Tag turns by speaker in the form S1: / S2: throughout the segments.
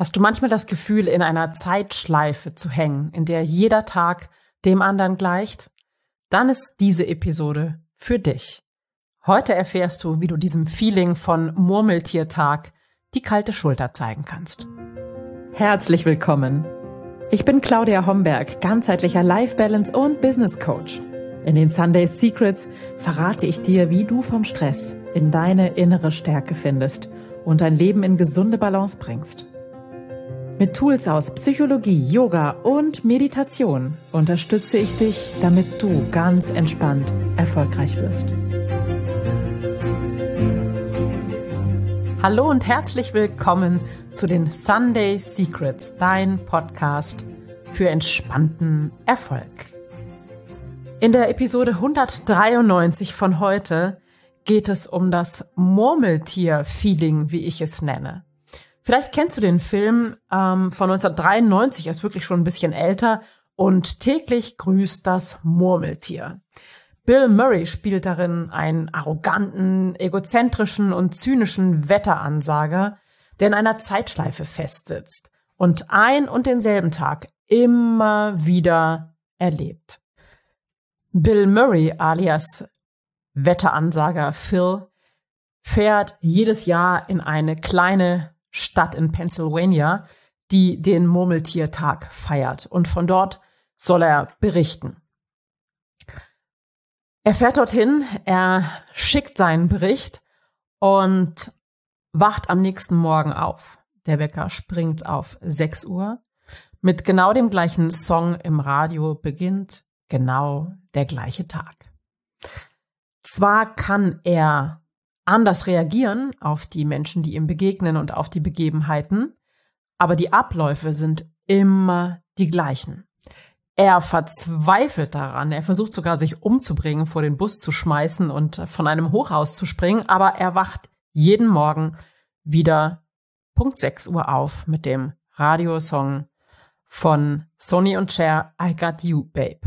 S1: Hast du manchmal das Gefühl, in einer Zeitschleife zu hängen, in der jeder Tag dem anderen gleicht? Dann ist diese Episode für dich. Heute erfährst du, wie du diesem Feeling von Murmeltiertag die kalte Schulter zeigen kannst. Herzlich willkommen. Ich bin Claudia Homberg, ganzheitlicher Life Balance und Business Coach. In den Sunday Secrets verrate ich dir, wie du vom Stress in deine innere Stärke findest und dein Leben in gesunde Balance bringst. Mit Tools aus Psychologie, Yoga und Meditation unterstütze ich dich, damit du ganz entspannt erfolgreich wirst. Hallo und herzlich willkommen zu den Sunday Secrets, dein Podcast für entspannten Erfolg. In der Episode 193 von heute geht es um das Murmeltier-Feeling, wie ich es nenne. Vielleicht kennst du den Film von 1993, er ist wirklich schon ein bisschen älter, und täglich grüßt das Murmeltier. Bill Murray spielt darin einen arroganten, egozentrischen und zynischen Wetteransager, der in einer Zeitschleife festsitzt und ein und denselben Tag immer wieder erlebt. Bill Murray alias Wetteransager Phil fährt jedes Jahr in eine kleine Stadt in Pennsylvania, die den Murmeltiertag feiert. Und von dort soll er berichten. Er fährt dorthin, er schickt seinen Bericht und wacht am nächsten Morgen auf. Der Wecker springt auf 6 Uhr. Mit genau dem gleichen Song im Radio beginnt genau der gleiche Tag. Zwar kann er anders reagieren auf die Menschen, die ihm begegnen und auf die Begebenheiten, aber die Abläufe sind immer die gleichen. Er verzweifelt daran, er versucht sogar, sich umzubringen, vor den Bus zu schmeißen und von einem Hochhaus zu springen, aber er wacht jeden Morgen wieder Punkt 6 Uhr auf mit dem Radiosong von Sonny und Cher, I Got You, Babe.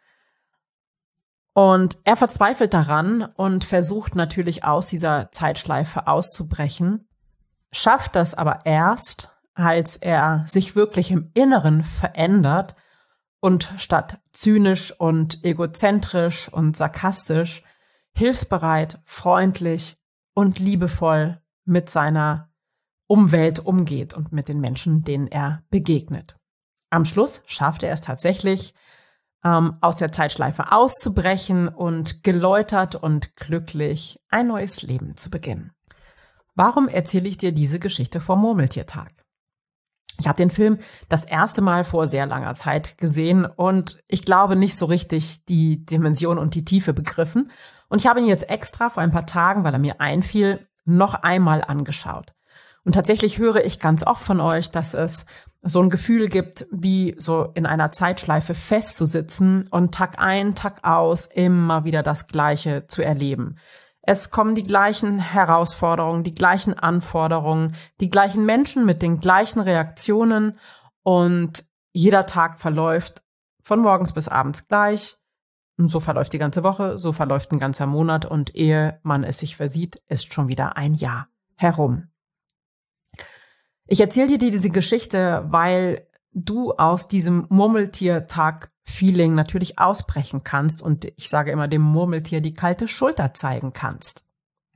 S1: Und er verzweifelt daran und versucht natürlich aus dieser Zeitschleife auszubrechen, schafft das aber erst, als er sich wirklich im Inneren verändert und statt zynisch und egozentrisch und sarkastisch hilfsbereit, freundlich und liebevoll mit seiner Umwelt umgeht und mit den Menschen, denen er begegnet. Am Schluss schafft er es tatsächlich, aus der Zeitschleife auszubrechen und geläutert und glücklich ein neues Leben zu beginnen. Warum erzähle ich dir diese Geschichte vom Murmeltiertag? Ich habe den Film das erste Mal vor sehr langer Zeit gesehen und ich glaube nicht so richtig die Dimension und die Tiefe begriffen. Und ich habe ihn jetzt extra vor ein paar Tagen, weil er mir einfiel, noch einmal angeschaut. Und tatsächlich höre ich ganz oft von euch, dass es so ein Gefühl gibt, wie so in einer Zeitschleife festzusitzen und Tag ein, Tag aus immer wieder das Gleiche zu erleben. Es kommen die gleichen Herausforderungen, die gleichen Anforderungen, die gleichen Menschen mit den gleichen Reaktionen und jeder Tag verläuft von morgens bis abends gleich. Und so verläuft die ganze Woche, so verläuft ein ganzer Monat und ehe man es sich versieht, ist schon wieder ein Jahr herum. Ich erzähle dir diese Geschichte, weil du aus diesem Murmeltiertag-Feeling natürlich ausbrechen kannst und ich sage immer dem Murmeltier die kalte Schulter zeigen kannst.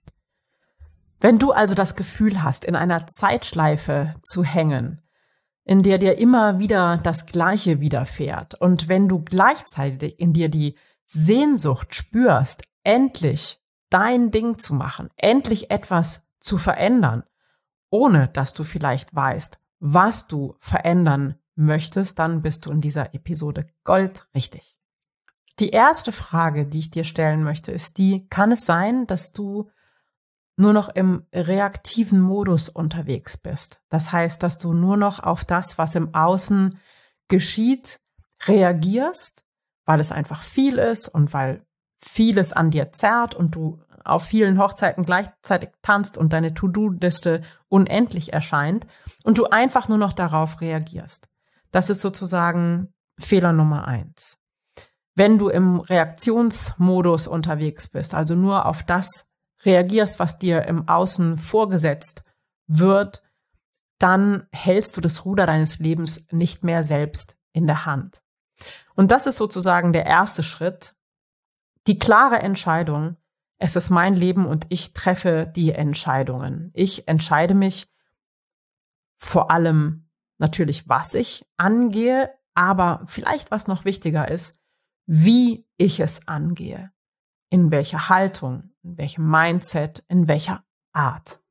S1: Wenn du also das Gefühl hast, in einer Zeitschleife zu hängen, in der dir immer wieder das Gleiche widerfährt und wenn du gleichzeitig in dir die Sehnsucht spürst, endlich dein Ding zu machen, endlich etwas zu verändern, ohne dass du vielleicht weißt, was du verändern möchtest, dann bist du in dieser Episode goldrichtig. Die erste Frage, die ich dir stellen möchte, ist die: Kann es sein, dass du nur noch im reaktiven Modus unterwegs bist? Das heißt, dass du nur noch auf das, was im Außen geschieht, reagierst, weil es einfach viel ist und weil vieles an dir zerrt und du auf vielen Hochzeiten gleichzeitig tanzt und deine To-Do-Liste unendlich erscheint und du einfach nur noch darauf reagierst. Das ist sozusagen Fehler Nummer 1. Wenn du im Reaktionsmodus unterwegs bist, also nur auf das reagierst, was dir im Außen vorgesetzt wird, dann hältst du das Ruder deines Lebens nicht mehr selbst in der Hand. Und das ist sozusagen der erste Schritt, die klare Entscheidung, es ist mein Leben und ich treffe die Entscheidungen. Ich entscheide mich vor allem natürlich, was ich angehe, aber vielleicht was noch wichtiger ist, wie ich es angehe. In welcher Haltung, in welchem Mindset, in welcher Art.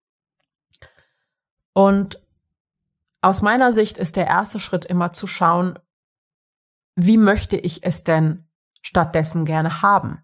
S1: Und aus meiner Sicht ist der erste Schritt immer zu schauen, wie möchte ich es denn stattdessen gerne haben?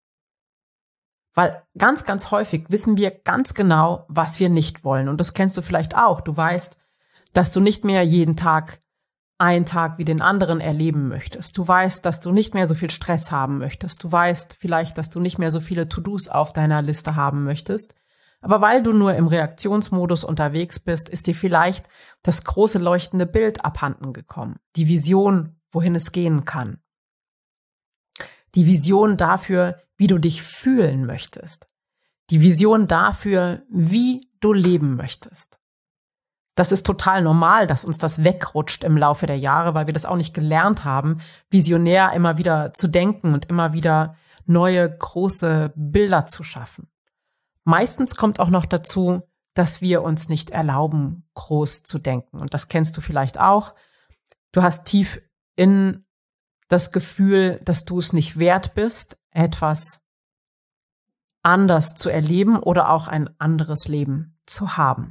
S1: Weil ganz, ganz häufig wissen wir ganz genau, was wir nicht wollen. Und das kennst du vielleicht auch. Du weißt, dass du nicht mehr jeden Tag einen Tag wie den anderen erleben möchtest. Du weißt, dass du nicht mehr so viel Stress haben möchtest. Du weißt vielleicht, dass du nicht mehr so viele To-Dos auf deiner Liste haben möchtest. Aber weil du nur im Reaktionsmodus unterwegs bist, ist dir vielleicht das große leuchtende Bild abhanden gekommen. Die Vision, wohin es gehen kann. Die Vision dafür, wie du dich fühlen möchtest. Die Vision dafür, wie du leben möchtest. Das ist total normal, dass uns das wegrutscht im Laufe der Jahre, weil wir das auch nicht gelernt haben, visionär immer wieder zu denken und immer wieder neue große Bilder zu schaffen. Meistens kommt auch noch dazu, dass wir uns nicht erlauben, groß zu denken. Und das kennst du vielleicht auch. Du hast tief in das Gefühl, dass du es nicht wert bist, etwas anders zu erleben oder auch ein anderes Leben zu haben.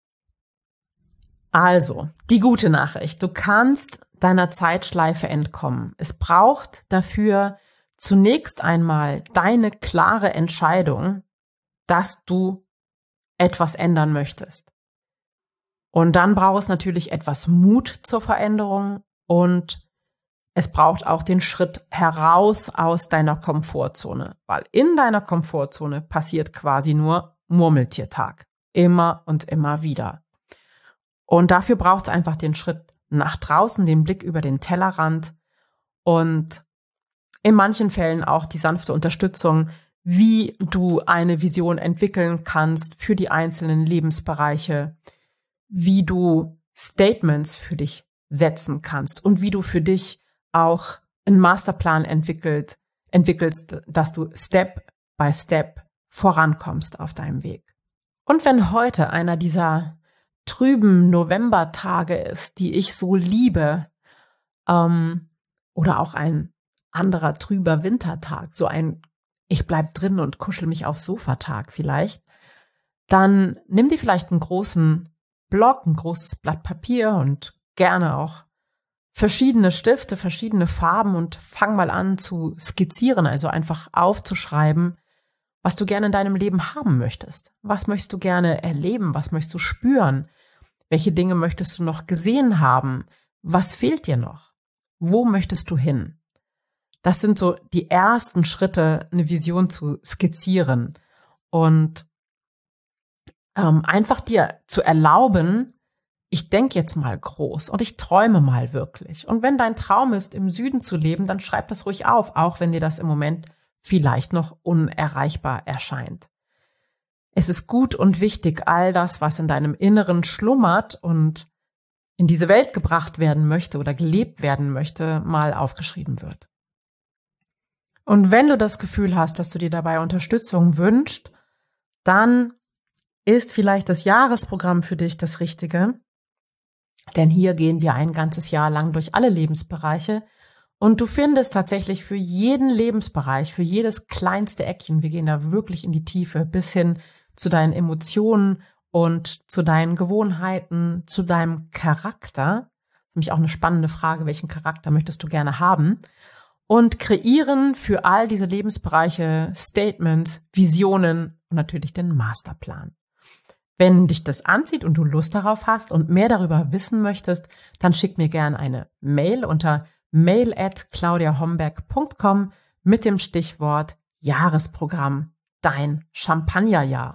S1: Also, die gute Nachricht. Du kannst deiner Zeitschleife entkommen. Es braucht dafür zunächst einmal deine klare Entscheidung, dass du etwas ändern möchtest. Und dann braucht es natürlich etwas Mut zur Veränderung und es braucht auch den Schritt heraus aus deiner Komfortzone, weil in deiner Komfortzone passiert quasi nur Murmeltiertag. Immer und immer wieder. Und dafür braucht es einfach den Schritt nach draußen, den Blick über den Tellerrand und in manchen Fällen auch die sanfte Unterstützung, wie du eine Vision entwickeln kannst für die einzelnen Lebensbereiche, wie du Statements für dich setzen kannst und wie du für dich auch einen Masterplan entwickelst, dass du Step by Step vorankommst auf deinem Weg. Und wenn heute einer dieser trüben Novembertage ist, die ich so liebe, oder auch ein anderer trüber Wintertag, so ein ich bleib drin und kuschel mich aufs Sofa-Tag vielleicht, dann nimm dir vielleicht einen großen Block, ein großes Blatt Papier und gerne auch verschiedene Stifte, verschiedene Farben und fang mal an zu skizzieren, also einfach aufzuschreiben, was du gerne in deinem Leben haben möchtest. Was möchtest du gerne erleben? Was möchtest du spüren? Welche Dinge möchtest du noch gesehen haben? Was fehlt dir noch? Wo möchtest du hin? Das sind so die ersten Schritte, eine Vision zu skizzieren und einfach dir zu erlauben, ich denke jetzt mal groß und ich träume mal wirklich. Und wenn dein Traum ist, im Süden zu leben, dann schreib das ruhig auf, auch wenn dir das im Moment vielleicht noch unerreichbar erscheint. Es ist gut und wichtig, all das, was in deinem Inneren schlummert und in diese Welt gebracht werden möchte oder gelebt werden möchte, mal aufgeschrieben wird. Und wenn du das Gefühl hast, dass du dir dabei Unterstützung wünschst, dann ist vielleicht das Jahresprogramm für dich das Richtige. Denn hier gehen wir ein ganzes Jahr lang durch alle Lebensbereiche und du findest tatsächlich für jeden Lebensbereich, für jedes kleinste Eckchen, wir gehen da wirklich in die Tiefe, bis hin zu deinen Emotionen und zu deinen Gewohnheiten, zu deinem Charakter. Das ist nämlich auch eine spannende Frage, welchen Charakter möchtest du gerne haben? Und kreieren für all diese Lebensbereiche Statements, Visionen und natürlich den Masterplan. Wenn dich das anzieht und du Lust darauf hast und mehr darüber wissen möchtest, dann schick mir gerne eine Mail unter mail@claudiahomberg.com mit dem Stichwort Jahresprogramm, dein Champagnerjahr.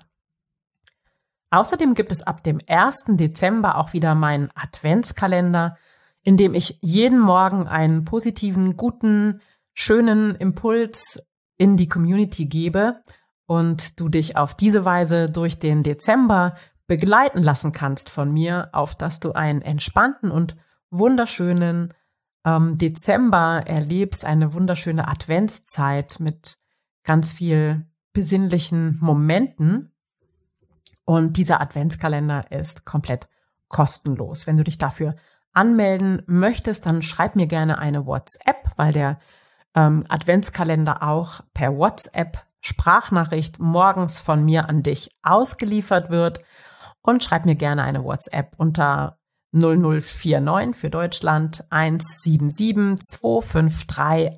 S1: Außerdem gibt es ab dem 1. Dezember auch wieder meinen Adventskalender, in dem ich jeden Morgen einen positiven, guten, schönen Impuls in die Community gebe und du dich auf diese Weise durch den Dezember begleiten lassen kannst von mir, auf dass du einen entspannten und wunderschönen Dezember erlebst, eine wunderschöne Adventszeit mit ganz viel besinnlichen Momenten. Und dieser Adventskalender ist komplett kostenlos. Wenn du dich dafür anmelden möchtest, dann schreib mir gerne eine WhatsApp, weil der Adventskalender auch per WhatsApp Sprachnachricht morgens von mir an dich ausgeliefert wird. Und schreib mir gerne eine WhatsApp unter 0049 für Deutschland 177 253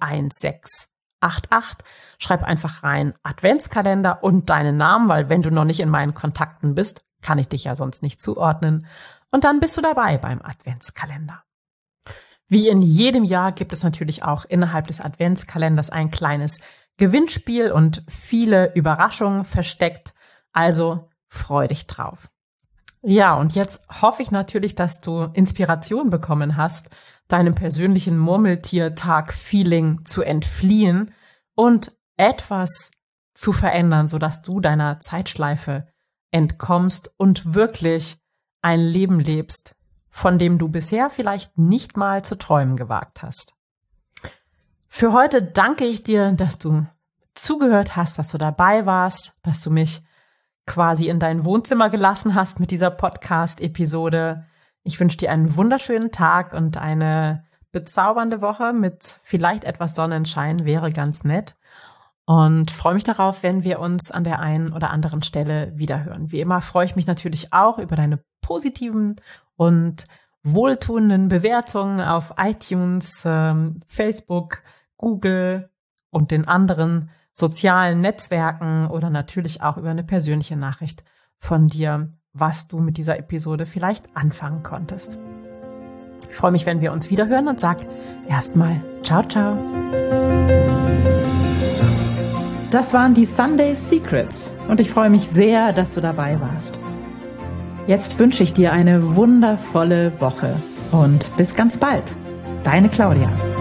S1: 1688. Schreib einfach rein Adventskalender und deinen Namen, weil wenn du noch nicht in meinen Kontakten bist, kann ich dich ja sonst nicht zuordnen. Und dann bist du dabei beim Adventskalender. Wie in jedem Jahr gibt es natürlich auch innerhalb des Adventskalenders ein kleines Gewinnspiel und viele Überraschungen versteckt. Also freu dich drauf. Ja, und jetzt hoffe ich natürlich, dass du Inspiration bekommen hast, deinem persönlichen Murmeltiertag-Feeling zu entfliehen und etwas zu verändern, sodass du deiner Zeitschleife entkommst und wirklich ein Leben lebst, von dem du bisher vielleicht nicht mal zu träumen gewagt hast. Für heute danke ich dir, dass du zugehört hast, dass du dabei warst, dass du mich quasi in dein Wohnzimmer gelassen hast mit dieser Podcast-Episode. Ich wünsche dir einen wunderschönen Tag und eine bezaubernde Woche mit vielleicht etwas Sonnenschein, wäre ganz nett. Und freue mich darauf, wenn wir uns an der einen oder anderen Stelle wiederhören. Wie immer freue ich mich natürlich auch über deine positiven und wohltuenden Bewertungen auf iTunes, Facebook, Google und den anderen sozialen Netzwerken oder natürlich auch über eine persönliche Nachricht von dir, was du mit dieser Episode vielleicht anfangen konntest. Ich freue mich, wenn wir uns wiederhören und sag erstmal ciao, ciao. Das waren die Sunday Secrets und ich freue mich sehr, dass du dabei warst. Jetzt wünsche ich dir eine wundervolle Woche und bis ganz bald. Deine Claudia.